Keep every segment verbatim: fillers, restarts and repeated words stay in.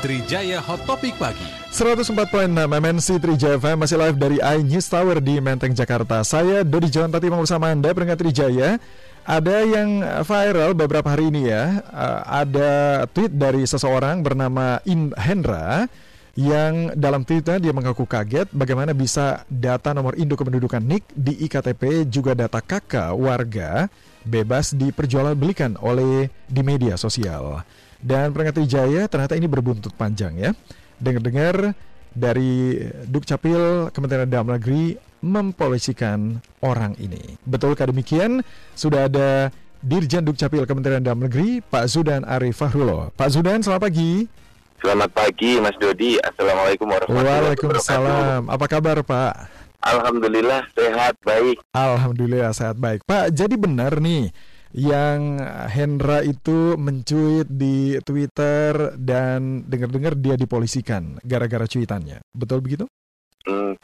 Trijaya Hot Topic Pagi. seratus empat koma enam M N C Trijaya F M masih live dari iNews Tower di Menteng, Jakarta. Saya Dodi John Tatimah bersama Anda, pendengar Trijaya. Ada yang viral beberapa hari ini ya. Uh, ada tweet dari seseorang bernama In Hendra yang dalam tweetnya dia mengaku kaget bagaimana bisa data nomor induk kependudukan N I K di I K T P juga data K K warga bebas diperjualbelikan oleh di media sosial. Dan pendengar Trijaya, ternyata ini berbuntut panjang ya. Dengar-dengar dari Dukcapil Kementerian Dalam Negeri mempolisikan orang ini. Betulkah demikian? Sudah ada Dirjen Dukcapil Kementerian Dalam Negeri, Pak Zudan Arif Fahruloh. Pak Zudan, selamat pagi. Selamat pagi, Mas Dodi. Assalamualaikum warahmatullahi wabarakatuh. Waalaikumsalam. Apa kabar, Pak? Alhamdulillah, sehat, baik. Alhamdulillah, sehat, baik. Pak, jadi benar nih yang Hendra itu mencuit di Twitter dan dengar-dengar dia dipolisikan gara-gara cuitannya. Betul begitu? Hmm,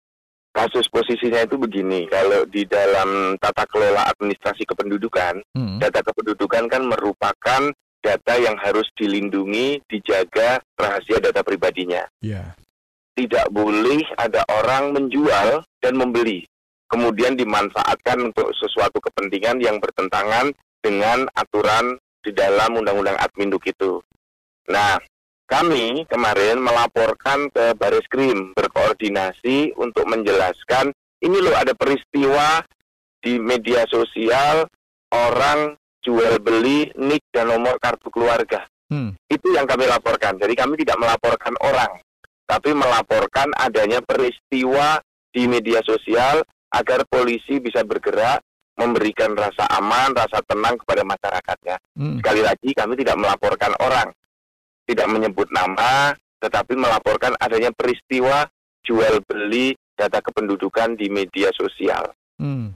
kasus posisinya itu begini, kalau di dalam tata kelola administrasi kependudukan, hmm. data kependudukan kan merupakan data yang harus dilindungi, dijaga rahasia data pribadinya. Yeah. Tidak boleh ada orang menjual dan membeli, kemudian dimanfaatkan untuk sesuatu kepentingan yang bertentangan dengan aturan di dalam Undang-Undang Adminduk itu. Nah, kami kemarin melaporkan ke Bareskrim berkoordinasi untuk menjelaskan, ini loh ada peristiwa di media sosial orang jual beli N I K dan nomor kartu keluarga. Hmm. Itu yang kami laporkan. Jadi kami tidak melaporkan orang, tapi melaporkan adanya peristiwa di media sosial agar polisi bisa bergerak, memberikan rasa aman, rasa tenang kepada masyarakatnya. Hmm. Sekali lagi, kami tidak melaporkan orang, tidak menyebut nama, tetapi melaporkan adanya peristiwa jual beli data kependudukan di media sosial. Hmm.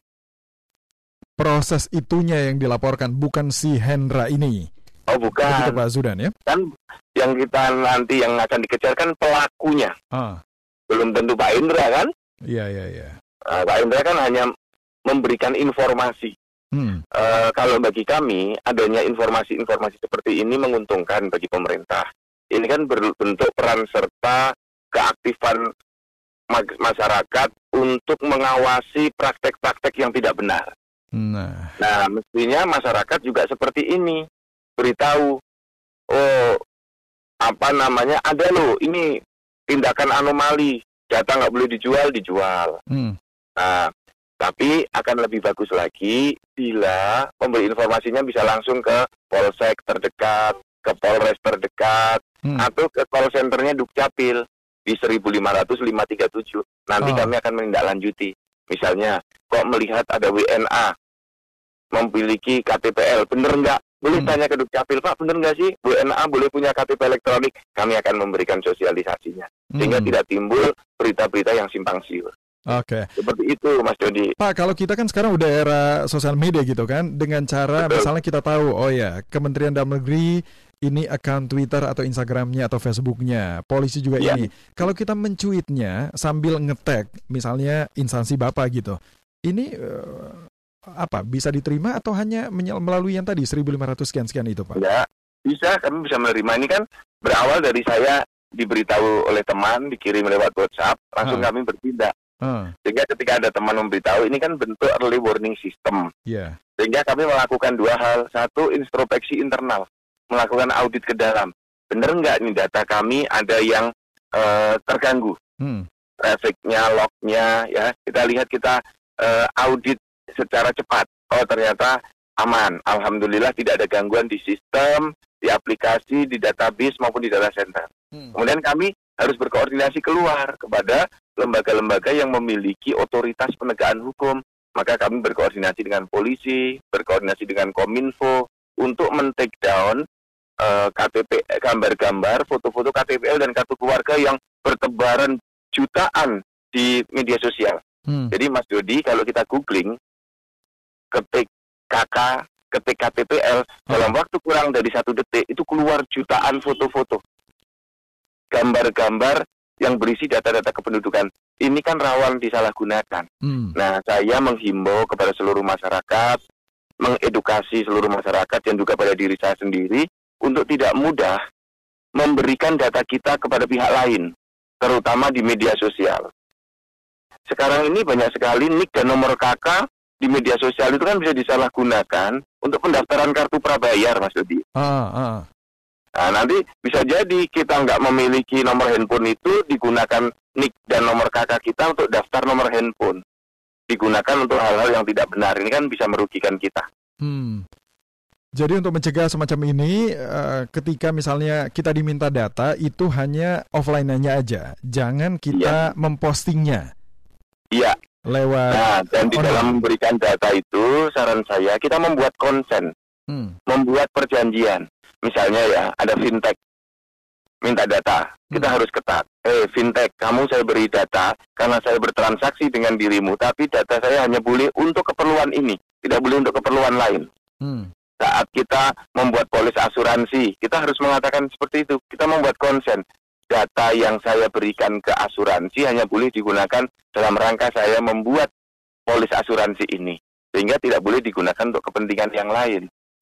Proses itunya yang dilaporkan, bukan si Hendra ini. Oh, bukan. Begitu, Pak Zudan ya? Kan yang kita nanti yang akan dikejar kan pelakunya. Ah. Belum tentu Pak Hendra kan? Iya, iya, iya. Uh, Pak Hendra kan hanya memberikan informasi. Hmm. Uh, kalau bagi kami, adanya informasi-informasi seperti ini menguntungkan bagi pemerintah. Ini kan berbentuk peran serta keaktifan ma- masyarakat untuk mengawasi praktek-praktek yang tidak benar. Nah. nah, mestinya masyarakat juga seperti ini. Beritahu, oh, apa namanya, ada loh, ini tindakan anomali. Data nggak boleh dijual, dijual. Hmm. Nah, tapi akan lebih bagus lagi bila pemberi informasinya bisa langsung ke Polsek terdekat, ke Polres terdekat, hmm. atau ke call centernya Dukcapil di seribu lima ratus lima tiga tujuh. Nanti oh. kami akan menindaklanjuti. Misalnya, kok melihat ada W N A memiliki K T P L, bener nggak? Boleh hmm. tanya ke Dukcapil, Pak, bener nggak sih W N A boleh punya K T P elektronik? Kami akan memberikan sosialisasinya, sehingga hmm. tidak timbul berita-berita yang simpang siur. Oke. Okay. Seperti itu, Mas Dodi. Pak, kalau kita kan sekarang udah era sosial media gitu kan, dengan cara Betul. misalnya kita tahu, oh ya, Kementerian Dalam Negeri ini akun Twitter atau Instagramnya atau Facebooknya, polisi juga ya. ini. Kalau kita mencuitnya sambil nge-tag, misalnya instansi Bapak gitu, ini uh, apa, bisa diterima atau hanya melalui yang tadi seribu lima ratus sekian-sekian itu, Pak? Ya, bisa, kami bisa menerima. Ini kan berawal dari saya diberitahu oleh teman, dikirim lewat WhatsApp, langsung hmm. kami bertindak. Hmm. Sehingga ketika ada teman memberitahu, ini kan bentuk early warning system. Yeah. Sehingga kami melakukan dua hal. Satu, introspeksi internal, melakukan audit ke dalam. Benar nggak nih data kami ada yang uh, terganggu? Hmm. Trafficnya, lognya, ya kita lihat, kita uh, audit secara cepat. Oh, ternyata aman. Alhamdulillah tidak ada gangguan di sistem, di aplikasi, di database maupun di data center. Hmm. Kemudian kami harus berkoordinasi keluar kepada lembaga-lembaga yang memiliki otoritas penegakan hukum. Maka kami berkoordinasi dengan polisi, berkoordinasi dengan Kominfo untuk men-take down uh, K T P, gambar-gambar, foto-foto K T P L dan kartu keluarga yang bertebaran jutaan di media sosial. Hmm. Jadi Mas Dodi, kalau kita googling, ketik K K, ketik K T P L, hmm. dalam waktu kurang dari satu detik, itu keluar jutaan foto-foto, gambar-gambar yang berisi data-data kependudukan. Ini kan rawan disalahgunakan. Hmm. Nah, saya menghimbau kepada seluruh masyarakat, mengedukasi seluruh masyarakat dan juga pada diri saya sendiri untuk tidak mudah memberikan data kita kepada pihak lain, terutama di media sosial. Sekarang ini banyak sekali nik dan nomor K K di media sosial itu kan bisa disalahgunakan untuk pendaftaran kartu prabayar, Mas Dodi. Ah, ah. Nah, nanti bisa jadi kita nggak memiliki nomor handphone itu, digunakan nik dan nomor K K kita untuk daftar nomor handphone. Digunakan untuk hal-hal yang tidak benar. Ini kan bisa merugikan kita. Hmm. Jadi untuk mencegah semacam ini, uh, ketika misalnya kita diminta data, itu hanya offline-nya aja. Jangan kita iya. mempostingnya. Iya. Lewat. Nah, dan di dalam memberikan data itu, saran saya, kita membuat konsen. Hmm. Membuat perjanjian. Misalnya ya, ada fintech, minta data, kita hmm. harus ketat. Eh, fintech, kamu saya beri data, karena saya bertransaksi dengan dirimu, tapi data saya hanya boleh untuk keperluan ini, tidak boleh untuk keperluan lain. Hmm. Saat kita membuat polis asuransi, kita harus mengatakan seperti itu, kita membuat konsen. Data yang saya berikan ke asuransi hanya boleh digunakan dalam rangka saya membuat polis asuransi ini, sehingga tidak boleh digunakan untuk kepentingan yang lain.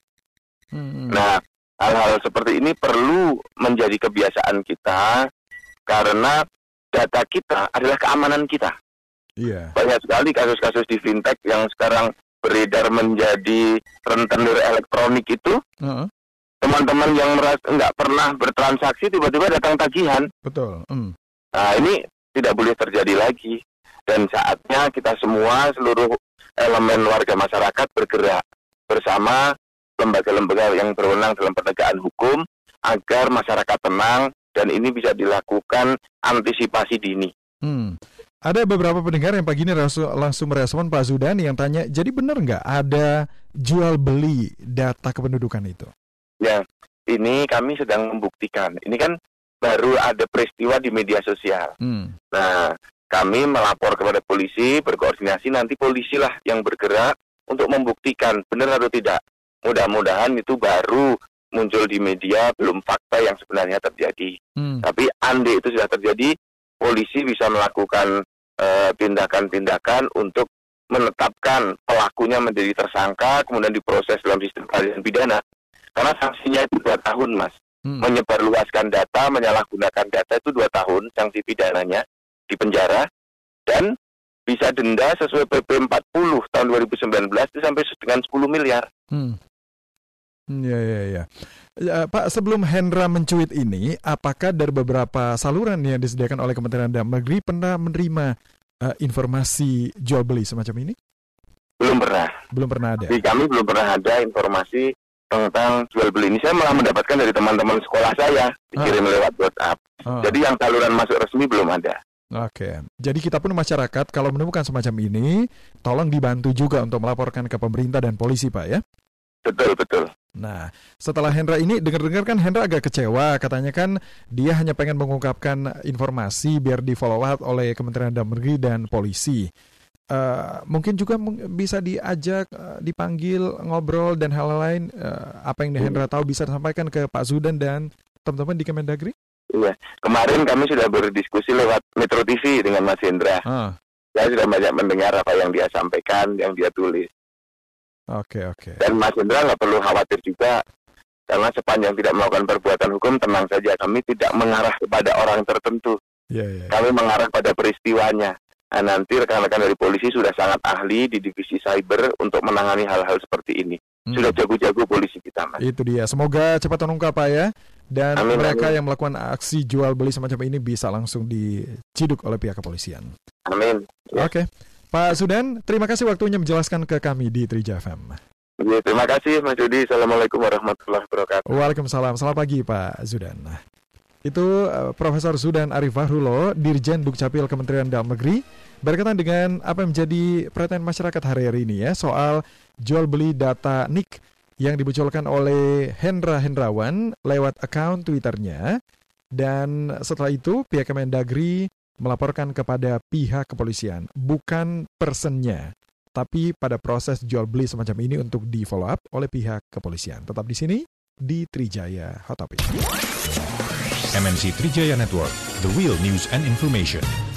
Hmm. Nah, hal-hal seperti ini perlu menjadi kebiasaan kita karena data kita adalah keamanan kita. Yeah. Banyak sekali kasus-kasus di fintech yang sekarang beredar menjadi rentenir elektronik itu. Uh-huh. Teman-teman yang merasa nggak pernah bertransaksi tiba-tiba datang tagihan. Betul. Mm. Nah, ini tidak boleh terjadi lagi. Dan saatnya kita semua, seluruh elemen warga masyarakat bergerak bersama lembaga-lembaga yang berwenang dalam penegakan hukum agar masyarakat tenang dan ini bisa dilakukan antisipasi dini. Hmm. Ada beberapa pendengar yang pagi ini langsung, langsung merespon Pak Zudan yang tanya, jadi benar nggak ada jual beli data kependudukan itu? Ya, ini kami sedang membuktikan. Ini kan baru ada peristiwa di media sosial. Hmm. Nah, kami melapor kepada polisi, berkoordinasi, nanti polisilah yang bergerak untuk membuktikan benar atau tidak. Mudah-mudahan itu baru muncul di media, belum fakta yang sebenarnya terjadi. Hmm. Tapi andai itu sudah terjadi, polisi bisa melakukan uh, tindakan-tindakan untuk menetapkan pelakunya menjadi tersangka, kemudian diproses dalam sistem peradilan pidana. Karena sanksinya itu dua tahun, Mas. Hmm. Menyebarluaskan data, menyalahgunakan data itu dua tahun, sanksi pidananya di penjara, dan bisa denda sesuai P P empat puluh tahun dua ribu sembilan belas itu sampai dengan sepuluh miliar. Hmm. Ya, ya, ya. Ya, Pak, sebelum Hendra mencuit ini, apakah dari beberapa saluran yang disediakan oleh Kementerian Dalam Negeri pernah menerima uh, informasi jual beli semacam ini? Belum pernah. Belum pernah ada. Di kami belum pernah ada informasi tentang jual beli ini. Saya malah mendapatkan dari teman-teman sekolah saya, dikirim ah. lewat WhatsApp. Ah. Jadi yang saluran masuk resmi belum ada. Oke, jadi kita pun masyarakat kalau menemukan semacam ini, tolong dibantu juga untuk melaporkan ke pemerintah dan polisi, Pak, ya? Betul, betul. Nah, setelah Hendra ini, dengar-dengar kan Hendra agak kecewa, katanya kan dia hanya pengen mengungkapkan informasi biar di follow up oleh Kementerian Dalam Negeri dan polisi. Uh, mungkin juga bisa diajak, uh, dipanggil, ngobrol dan hal lain, uh, apa yang Hendra tahu bisa disampaikan ke Pak Zudan dan teman-teman di Kemendagri? Iya, kemarin kami sudah berdiskusi lewat Metro T V dengan Mas Hendra. Ah. Saya sudah banyak mendengar apa yang dia sampaikan, yang dia tulis. Oke, oke. Dan Mas Hendra nggak perlu khawatir juga, karena sepanjang tidak melakukan perbuatan hukum, tenang saja. Kami tidak mengarah kepada orang tertentu. Yeah, yeah, yeah. Kami mengarah pada peristiwanya. Nah, nanti rekan-rekan dari polisi sudah sangat ahli di divisi cyber untuk menangani hal-hal seperti ini. Hmm. Sudah jago-jago polisi kita, Mas. Itu dia. Semoga cepat terungkap, Pak, ya. Dan amin, mereka amin. yang melakukan aksi jual beli semacam ini bisa langsung diciduk oleh pihak kepolisian. Amin. Ya. Oke. Pak Zudan, terima kasih waktunya menjelaskan ke kami di Trija F M. Ya, terima kasih, Mas Yudi. Assalamualaikum warahmatullahi wabarakatuh. Waalaikumsalam. Selamat pagi, Pak Zudan. Itu uh, Profesor Zudan Arif Fahrulo, Dirjen Dukcapil Kementerian Dalam Negeri, berkaitan dengan apa yang menjadi perhatian masyarakat hari-hari ini ya, soal jual beli data nik yang dimunculkan oleh Hendra Hendrawan lewat akun Twitternya. Dan setelah itu pihak Kemendagri melaporkan kepada pihak kepolisian, bukan personnya, tapi pada proses jual beli semacam ini untuk di follow up oleh pihak kepolisian. Tetap di sini di Trijaya Hot Topic. M N C Trijaya Network, the real news and information.